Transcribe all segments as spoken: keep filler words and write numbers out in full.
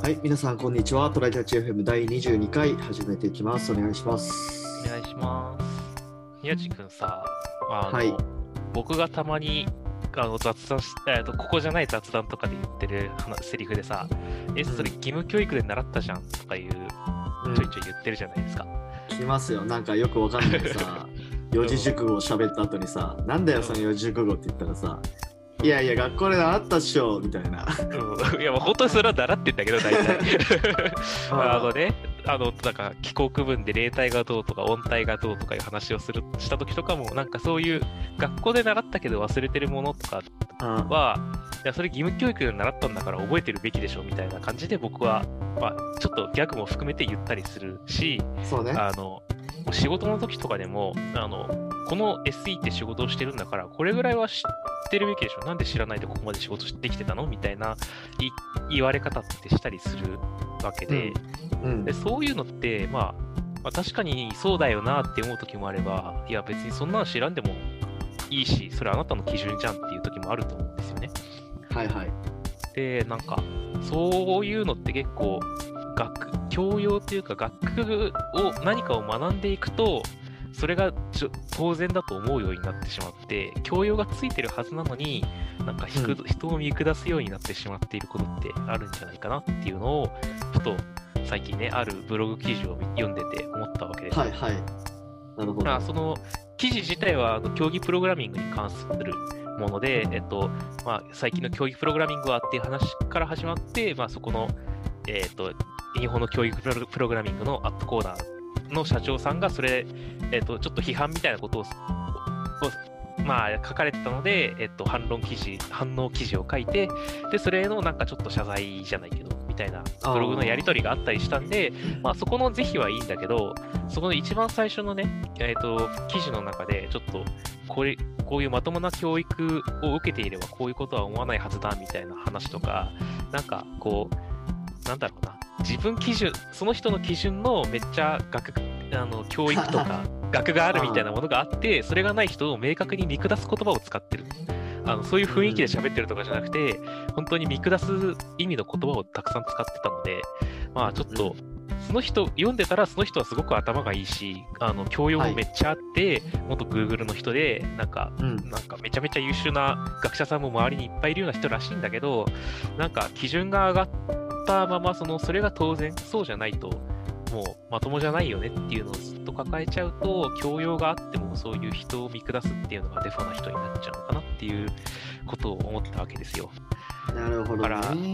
はい、皆さんこんにちは。トライタッチ エフエム だいにじゅうにかい始めていきます。お願いします。 お願いします。宮地君さ、あの、 はい、 僕がたまにあの雑談し、えーと、ここじゃない雑談とかで言ってる話セリフでさ、え、それ義務教育で習ったじゃんとかいう、 うん、 ちょいちょい言ってるじゃないですか。 来ますよ。なんかよくわかんないさ、四字熟語を喋った後にさ、なんだよその四字熟語って言ったらさ、いやいや学校で習ったっしょみたいな。 うん、いやもう本当にそれは習ってんだけど大体あのね、あのなんか帰国文で例体がどうとか音体がどうとかいう話をするした時とかも、なんかそういう学校で習ったけど忘れてるものとかは、いやそれ義務教育で習ったんだから覚えてるべきでしょみたいな感じで僕は、まあ、ちょっとギャグも含めて言ったりするし、 そうね、 あの仕事の時とかでもあのこの エスイー って仕事をしてるんだからこれぐらいは知ってるべきでしょ、なんで知らないでここまで仕事できてたのみたいな言われ方ってしたりするわけで、うんうん、でそういうのって、まあ、まあ確かにそうだよなって思う時もあれば、いや別にそんなの知らんでもいいし、それあなたの基準じゃんっていう時もあると思うんですよね。 はいはい。 でなんかそういうのって結構学教養というか学を何かを学んでいくとそれが当然だと思うようになってしまって、教養がついてるはずなのになんか、うん、人を見下すようになってしまっていることってあるんじゃないかなっていうのをふと最近ねあるブログ記事を読んでて思ったわけです。 はいはい。なるほど。 あその記事自体はあの競技プログラミングに関するもので、えっとまあ、最近の競技プログラミングはっていう話から始まって、まあ、そこの、えっと日本の教育プログラミングのアットコーナーの社長さんがそれ、えっと、ちょっと批判みたいなことを、まあ、書かれてたので、えっと、反論記事、反応記事を書いて、で、それのなんかちょっと謝罪じゃないけど、みたいなブログのやり取りがあったりしたんで、まあ、そこの是非はいいんだけど、そこの一番最初のね、えっと、記事の中で、ちょっとこれ、こういうまともな教育を受けていれば、こういうことは思わないはずだ、みたいな話とか、なんか、こう、なんだろうな、自分基準、その人の基準のめっちゃ学あの教育とか学があるみたいなものがあってそれがない人を明確に見下す言葉を使ってる、あのそういう雰囲気で喋ってるとかじゃなくて、本当に見下す意味の言葉をたくさん使ってたので、まあちょっとその人読んでたらその人はすごく頭がいいし、あの教養もめっちゃあって、はい、元 Google の人でなんか、うん、なんかめちゃめちゃ優秀な学者さんも周りにいっぱいいるような人らしいんだけど、なんか基準が上がったままそのそれが当然そうじゃないともうまともじゃないよねっていうのをずっと抱えちゃうと、教養があってもそういう人を見下すっていうのがデフォな人になっちゃうのかなっていうことを思ったわけですよ。 なるほどね。 だから、うん、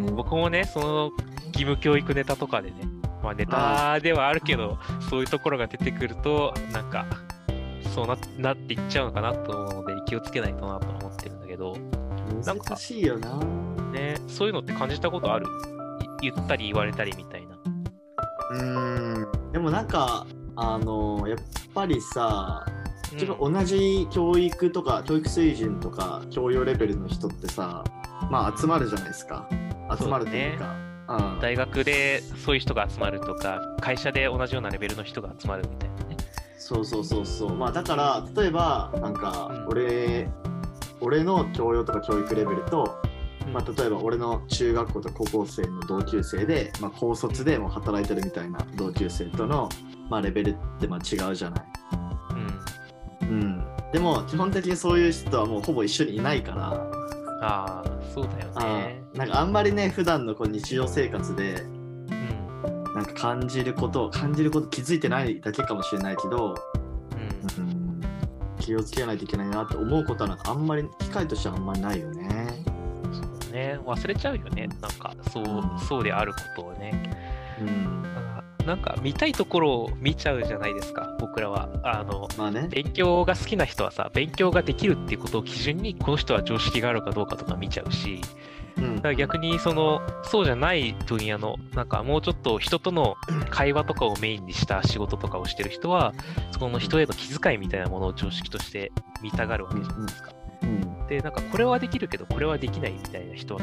僕もねその義務教育ネタとかでね、まあネタではあるけどそういうところが出てくるとなんかそう な, なっていっちゃうのかなと思うので気をつけないとなと思ってるんだけど、 難しいよな。 ね、そういうのって感じたことある？言ったり言われたりみたいな。 うーん、でもなんかあのやっぱりさ、ちょっと同じ教育とか、うん、教育水準とか教養レベルの人ってさ、まあ集まるじゃないですか。集まるというか、 う、ね、うん、大学でそういう人が集まるとか、会社で同じようなレベルの人が集まるみたいなね。 そうそうそうそう。まあだから例えばなんか俺、うん、俺の教養とか教育レベルと、まあ、例えば俺の中学校と高校生の同級生で、まあ、高卒でも働いてるみたいな同級生との、まあ、レベルってまあ違うじゃない。うん、うん、でも基本的にそういう人はもうほぼ一緒にいないから。 ああ、そうだよね。 あなんかあんまりね普段のこう日常生活で、うん、なんか感じることを感じること気づいてないだけかもしれないけど、うんうん、気をつけないといけないなって思うことはなんかあんまり機会としてはあんまりないよね。 ね、忘れちゃうよね、なんかそう、うん、そうであることをね、うん、なんか見たいところを見ちゃうじゃないですか、僕らは。あの、まあね、勉強が好きな人はさ、勉強ができるっていうことを基準にこの人は常識があるかどうかとか見ちゃうし、うん、だから逆にそのそうじゃない分野のなんかもうちょっと人との会話とかをメインにした仕事とかをしてる人はそこの人への気遣いみたいなものを常識として見たがるわけじゃないですか。うん、でなんかこれはできるけどこれはできないみたいな人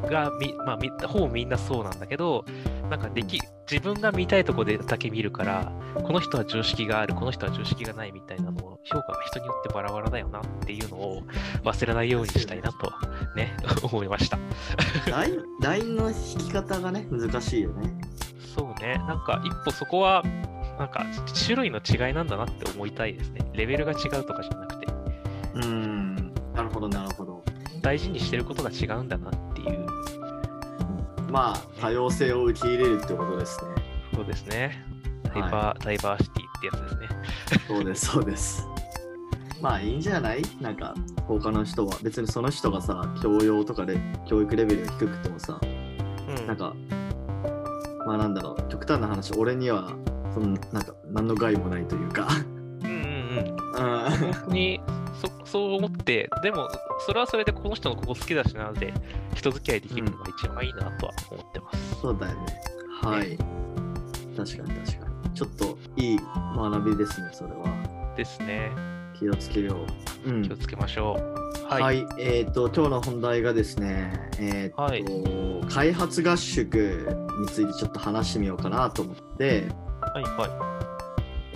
がみ、まあ、みほぼみんなそうなんだけど、なんかでき自分が見たいところでだけ見るから、この人は常識がある、この人は常識がないみたいなのを評価が人によってバラバラだよなっていうのを忘れないようにしたいなとね思いました。 ライン ライン の引き方がね難しいよね。 そうね、なんか一歩そこはなんか種類の違いなんだなって思いたいですね。レベルが違うとかじゃなくて。 うーん、なるほどなるほど。 大事にしてることが違うんだなっていう。 まあ多様性を受け入れるってことですね。 そうですね。ダイバー、はい、ダイバーシティってやつですね。 そうですそうです。まあいいんじゃない？なんか他の人は別にその人がさ教養とかで教育レベルが低くてもさ、うん、なんかまあなんだろう、極端な話、俺にはそのなんか何の害もないというかうんうんうん本当に そ, そう思って、でもそれはそれでこの人のここ好きだしなので人付き合いできるのが一番いいなとは思ってます、 うん、そうだよね。はい、ね、確かに確かにちょっといい学びですね。それはですね。 気をつけよう、うん、 気をつけましょう。 はい、はい、えっ、ー、と今日の本題がですね、えっ、ー、と、はい、開発合宿についてちょっと話してみようかなと思って、 はいはい。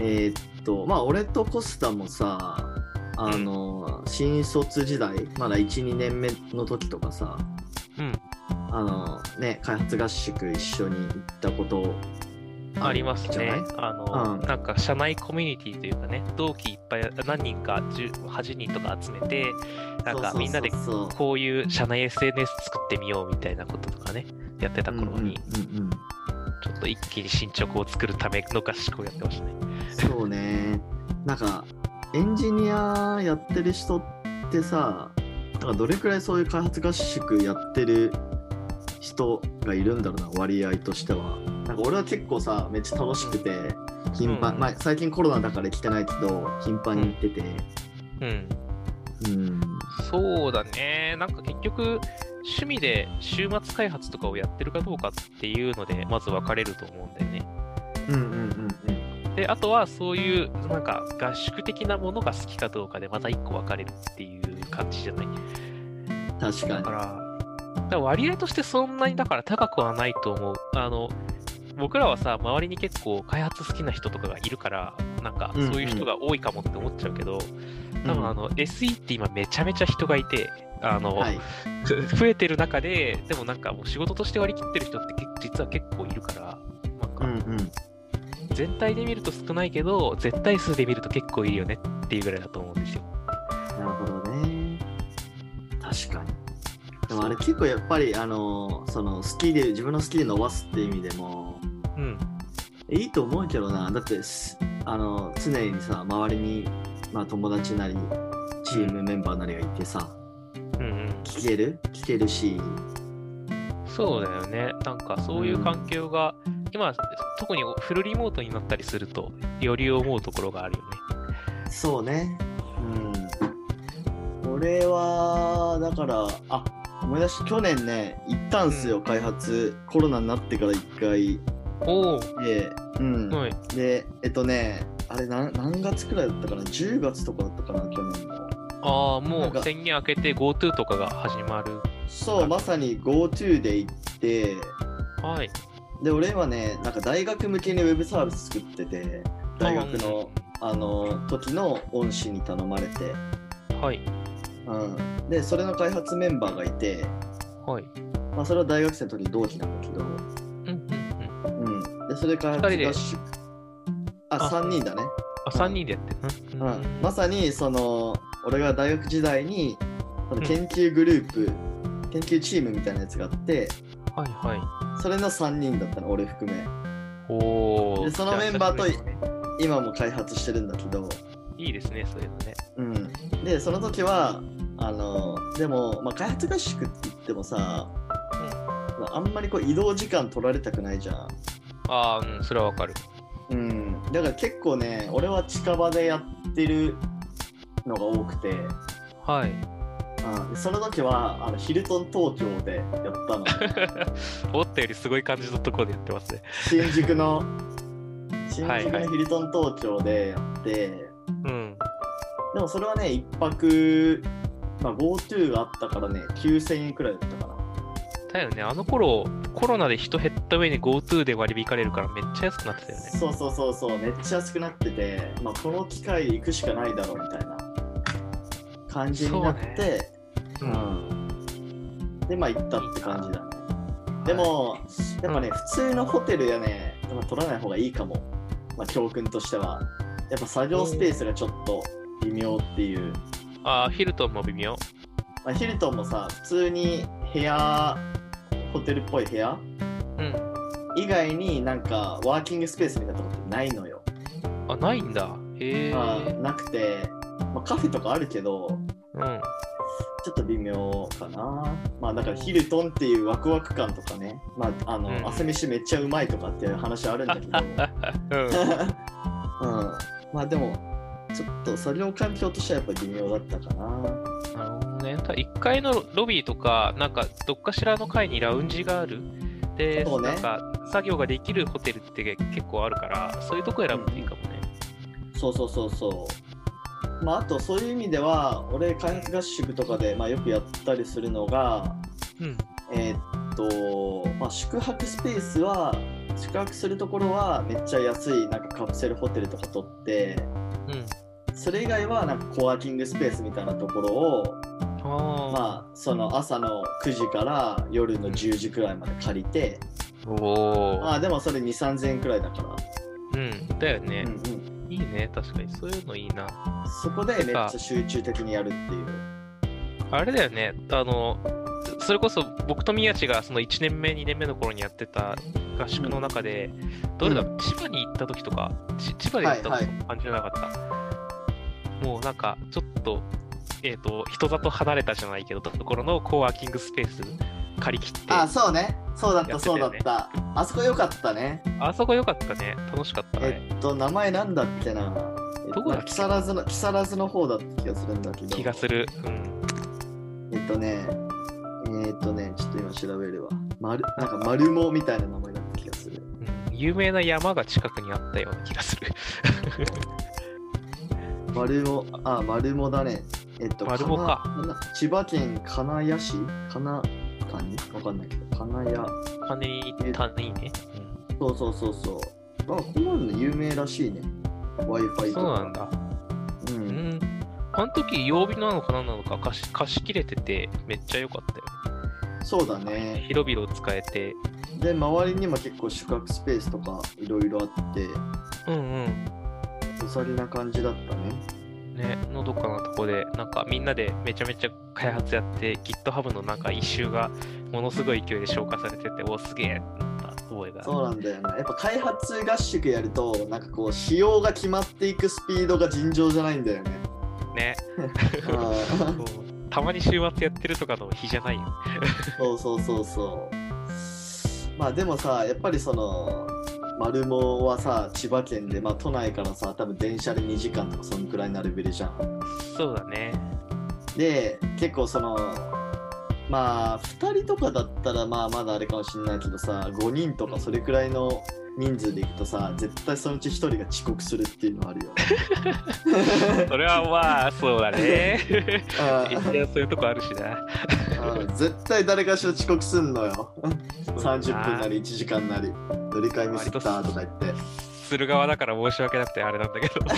えっとまあ俺とコスタもさ、あの、うん、新卒時代まだいち、にねんめの時とかさ、 うん、 あのね開発合宿一緒に行ったことありますね。あの、うん、なんか社内コミュニティというかね、同期いっぱい何人かはちにんとか集めて、なんかみんなでこういう社内 エスエヌエス 作ってみようみたいなこととかねやってた頃に、うんうんうんうん、ちょっと一気に進捗を作るための合宿をやってましたね。 そうね。なんかエンジニアやってる人ってさ、なんかどれくらいそういう開発合宿やってる人がいるんだろうな、割合としては。なんか俺は結構さめっちゃ楽しくて頻繁、うん、まあ最近コロナだから来てないけど頻繁に行ってて、 うん、 うん、 そうだね。なんか結局趣味で週末開発とかをやってるかどうかっていうのでまず分かれると思うんだよね。 うんうんうんうん。 であとはそういうなんか合宿的なものが好きかどうかでまた一個分かれるっていう感じじゃない。 確かに。 だから、だから割合としてそんなにだから高くはないと思う。あの僕らはさ周りに結構開発好きな人とかがいるからなんかそういう人が多いかもって思っちゃうけど、うんうん、多分あの エスイー って今めちゃめちゃ人がいてあの、はい、増えてる中ででもなんかもう仕事として割り切ってる人って実は結構いるからなんか、うんうん、全体で見ると少ないけど絶対数で見ると結構いるよねっていうぐらいだと思うんですよ。 なるほどね。確かに。でもあれ結構やっぱりあのそのスキル自分のスキル伸ばすっていう意味でも、 うん、 いいと思うけどな。だってあの常にさ周りに、まあ、友達なりチームメンバーなりがいてさ、 うんうん、 聞ける聞けるし。 そうだよね。なんかそういう環境が、うん、今特にフルリモートになったりするとより思うところがあるよね。 そうね。うん。俺はだからあ思い出し去年ね行ったんすよ、うん、開発コロナになってから一回。 おで、うん、 はい、 でえっとねあれ何何月くらいだったかな、じゅうがつとかだったかな去年の。 ああもう宣言明けて GoTo とかが始まる。 そうまさに GoTo で行って、 はい。 で俺はねなんか大学向けにウェブサービス作ってて大学のあの時の恩師に頼まれて、 はい。 うん、でそれの開発メンバーがいて、 はい。 まあそれは大学生の時同期なんだけど、 うんうんうん、うん、でそれ開発合宿あさんにんだね。 あさんにんでやってる、うんうん、まさにその俺が大学時代にその研究グループ、うん、研究チームみたいなやつがあって、 はいはい、 それのさんにんだったの俺含め。 おでそのメンバーと今も開発してるんだけど。 いいですねそういうのね。 うん、でその時はあのでも、まあ、開発合宿って言ってもさ、うん、あんまりこう移動時間取られたくないじゃん。 ああうんそれはわかる。 うん、だから結構ね俺は近場でやってるのが多くて、 はい、 うん、その時はあのヒルトン東京でやったの。 思ったよりすごい感じのところでやってますね。 新宿の新宿のヒルトン東京でやって、はいはい、 うん、 でもそれはね一泊、まあ、GoTo があったからねきゅうせんえんくらいだったかな。 だよね、あの頃コロナで人減った上に GoTo で割り引かれるからめっちゃ安くなってたよね。 そうそうそうそう、めっちゃ安くなってて、まあ、この機会行くしかないだろうみたいな感じになって、ね、うん、でまあ行ったって感じだね。でも、はい、やっぱね、うん、普通のホテルやね、まあ、取らない方がいいかも、まあ、教訓としては。やっぱ作業スペースがちょっと微妙っていう。 ああ、ヒルトンも微妙。 まあ、ヒルトンもさ、普通に部屋、ホテルっぽい部屋、うん、以外になんかワーキングスペースみたいなとこってないのよ。 あ、ないんだ。へえ。 まあ、なくて、まあ、カフェとかあるけど、うん、ちょっと微妙かな。まあだからヒルトンっていうワクワク感とかね、まああの、うん、朝飯めっちゃうまいとかっていう話あるんだけど、うんうん、まあでもちょっと作業環境としてはやっぱり微妙だったかな。 なるほどね。いっかいのロビーとかなんかどっかしらの階にラウンジがあるで、そうね、なんか作業ができるホテルって結構あるからそういうとこ選ぶといいかもね、 うん、そうそうそうそう。まあ、あとそういう意味では俺開発合宿とかで、まあ、よくやったりするのが、うん、えー、っと、まあ、宿泊スペースは宿泊するところはめっちゃ安いなんかカプセルホテルとか取って、うん、それ以外はなんかコワーキングスペースみたいなところをまあその朝のくじから夜のじゅうじくらいまで借りて、おあでもそれにせんさんぜんえんくらいだから、 うんだよね、うんうん、いいね、確かにそういうのいいな。 そこでめっちゃ集中的にやるっていう。 あれだよね、あのそれこそ僕と宮地がそのいちねんめにねんめの頃にやってた合宿の中で、うん、どれだろう、うん、千葉に行った時とか千葉で行った時とか感じじゃなかった、はいはい、もうなんかちょっとえっと人里離れたじゃないけどところのコワーキングスペース借り切って、 あ、そうね、そうだった、ね、そうだった。あそこ良かったね。 あそこ良かったね、楽しかったね。 えっと名前なんだっけな、 どこだっけ、 木更津の木更津の方だった気がするんだけど。 気がする。うん。 えっとね、えっとね、ちょっと今調べるわ。丸なんか丸もみたいな名前だった気がする。 うん、有名な山が近くにあったような気がする。 丸も、あ、丸もだね。えっと、 丸もか。 千葉県金谷市金谷わかんないけど、金谷。 金谷ね。 うん、そうそうそうそう。あ、こんなの有名らしいね。Wi-Fi とか。 そうなんだ。うん。うん、あの時曜日なのか何なのか貸し、貸し切れててめっちゃ良かったよ。 そうだね。 広々使えて。 で、周りにも結構宿泊スペースとかいろいろあって、 うんうん。 おさりな感じだったね。 ね、のどかなとこで、なんかみんなでめちゃめちゃ開発やって、GitHub のなんか一周がものすごい勢いで消化されてて、おすげえってなった覚えが。 そうなんだよね。やっぱ開発合宿やると、なんかこう、仕様が決まっていくスピードが尋常じゃないんだよね。 ね。たまに週末やってるとかの日じゃないよ。 そうそうそうそう。まあでもさ、やっぱりその、丸もはさ、千葉県で、まあ、都内からさ、多分電車でにじかんとかそのくらいのレベルじゃん。 そうだね。 で、結構その、まあ、ふたりとかだったら、まあ、まだあれかもしれないけどさ、ごにんとかそれくらいの人数で行くとさ、絶対そのうちひとりが遅刻するっていうのあるよ。 それはまあ、そうだね。いや、そういうとこあるしな。 絶対誰かしら遅刻すんのよ。さんじゅっぷんなりいちじかんなり。乗り換えミスったとか言って。 する側だから申し訳なくてあれなんだけど。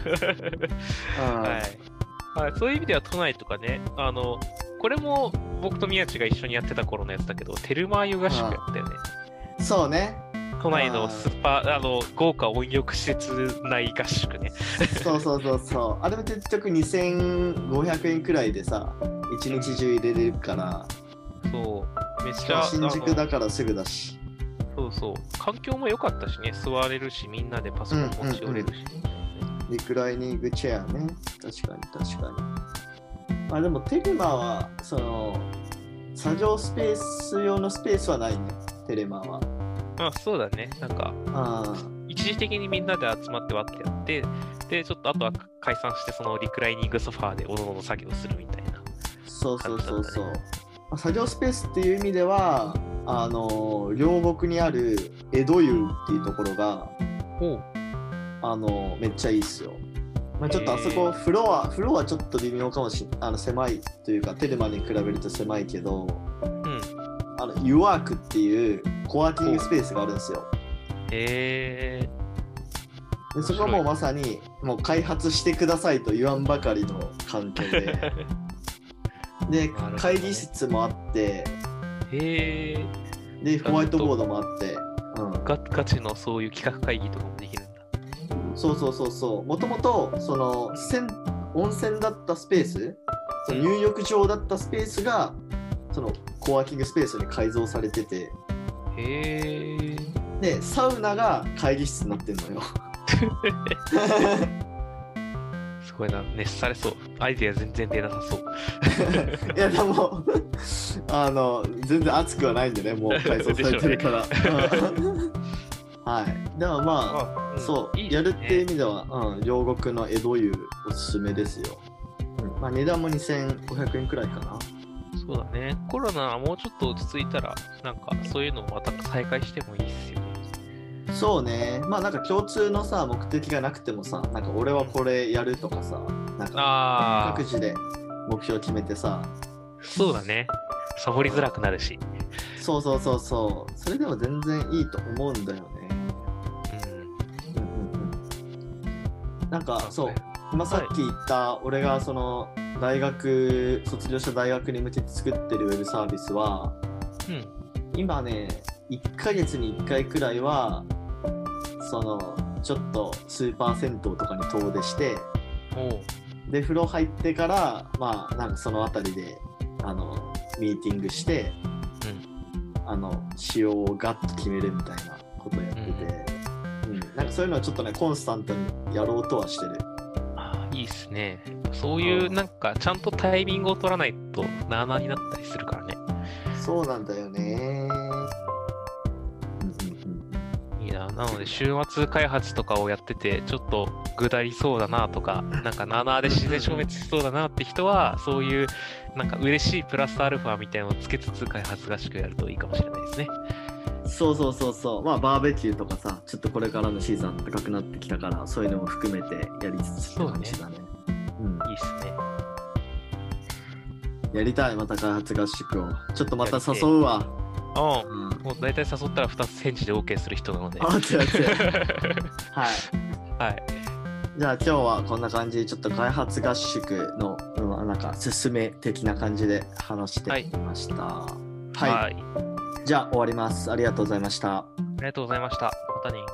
はい。はい、そういう意味では都内とかね、あの、これも僕と宮地が一緒にやってた頃のやつだけど、テルマーユ合宿やったよね。 そうね。 都内のスーパー、あの、豪華温浴施設内合宿ね。 そうそうそうそう。あれも結局にせんごひゃくえんくらいでさ、一日中入れれるから。 そう。めっちゃ。 新宿だからすぐだし。 そうそう。環境も良かったしね、座れるし、みんなでパソコン持ち寄れるし。 うんうんうん、リクライニングチェアね。確かに確かに。まあでもテルマは、その、作業スペース用のスペースはないね、テレマは。 まあそうだね。なんか、 あ一時的にみんなで集まってわってやって、で、ちょっとあとは解散して、そのリクライニングソファーでおのおの作業するみたいな、ね。 そうそうそうそう。まあ、作業スペースっていう意味では、あの両国にある江戸湯っていうところがあのめっちゃいいっすよ。まあ、ちょっとあそこフロアフロアちょっと微妙かもしれない、あの狭いというかテルマに比べると狭いけど、うん、 あの YouWork っていうコワーキングスペースがあるんですよ。 へえー。 でそこはもうまさにもう開発してくださいと言わんばかりの環境でで、ね、会議室もあって、 へえ。 でホワイトボードもあって、 うん、ガ, ガチのそういう企画会議とかもできるんだ。 そうそうそうそう。もともとその温泉だったスペース、その入浴場だったスペースがそのコワーキングスペースに改造されてて、 へえ。 でサウナが会議室になってんのよ。 すごいな、熱されそう。アイデア全然出なさそう。 いやでもあの全然熱くはないんでね、もう改装されてるから。はい。でもまあ、あうん、そういい、ね、やるっていう意味では、うん、両国の江戸湯おすすめですよ。うん、まあ値段もにせんごひゃくえんくらいかな。 そうだね。コロナもうちょっと落ち着いたら、なんかそういうのもまた再開してもいいっすよね。 そうね。まあなんか共通のさ、目的がなくてもさ、なんか俺はこれやるとかさ、なんか各自で目標決めてさ。 そうだね。サボりづらくなるし。 そうそうそうそう。それでも全然いいと思うんだよね。うん。うんうんうん。なんかそう、今さっき言った、はい、俺がその大学、卒業した大学に向けて作ってるウェブサービスは、うん、今ね、いっかげつにいっかいくらいは、そのちょっとスーパー銭湯とかに遠出して、で風呂入ってからまあなんかそのあたりであのミーティングして、うん、あの仕様をガッと決めるみたいなことをやってて、うんうん、なんかそういうのはちょっとねコンスタントにやろうとはしてる。 ああいいっすね。そういうなんかちゃんとタイミングを取らないとなあなあになったりするからね。 そうなんだよね。 なので週末開発とかをやっててちょっとぐだりそうだなとかなんかなあなあで自然消滅しそうだなって人はそういうなんか嬉しいプラスアルファみたいなのをつけつつ開発合宿やるといいかもしれないですね。 そうそうそうそう。まあバーベキューとかさちょっとこれからのシーズン暖かくなってきたからそういうのも含めてやりつつって感じだね。 うん、いいっすね。 やりたいまた開発合宿をちょっとまた誘うわ。 うん、もう大体誘ったらふたつ返事で OK する人なので。 あ、違う違う。はい。 はい。 じゃあ今日はこんな感じでちょっと開発合宿の、うん、なんか進め的な感じで話してみました。はい。はい、じゃあ終わります。ありがとうございました。 ありがとうございました。またね。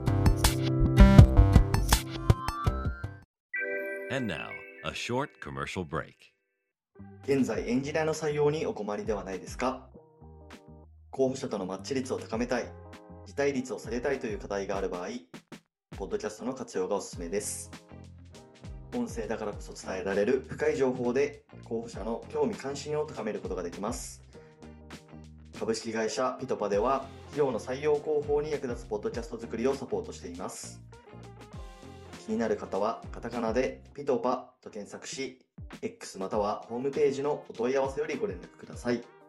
And now, a short commercial break. 現在エンジニアの採用にお困りではないですか？候補者とのマッチ率を高めたい、辞退率を下げたいという課題がある場合、ポッドキャストの活用がおすすめです。音声だからこそ伝えられる深い情報で候補者の興味関心を高めることができます。株式会社ピトパでは企業の採用広報に役立つポッドキャスト作りをサポートしています。気になる方はカタカナでピトパと検索し、X またはホームページのお問い合わせよりご連絡ください。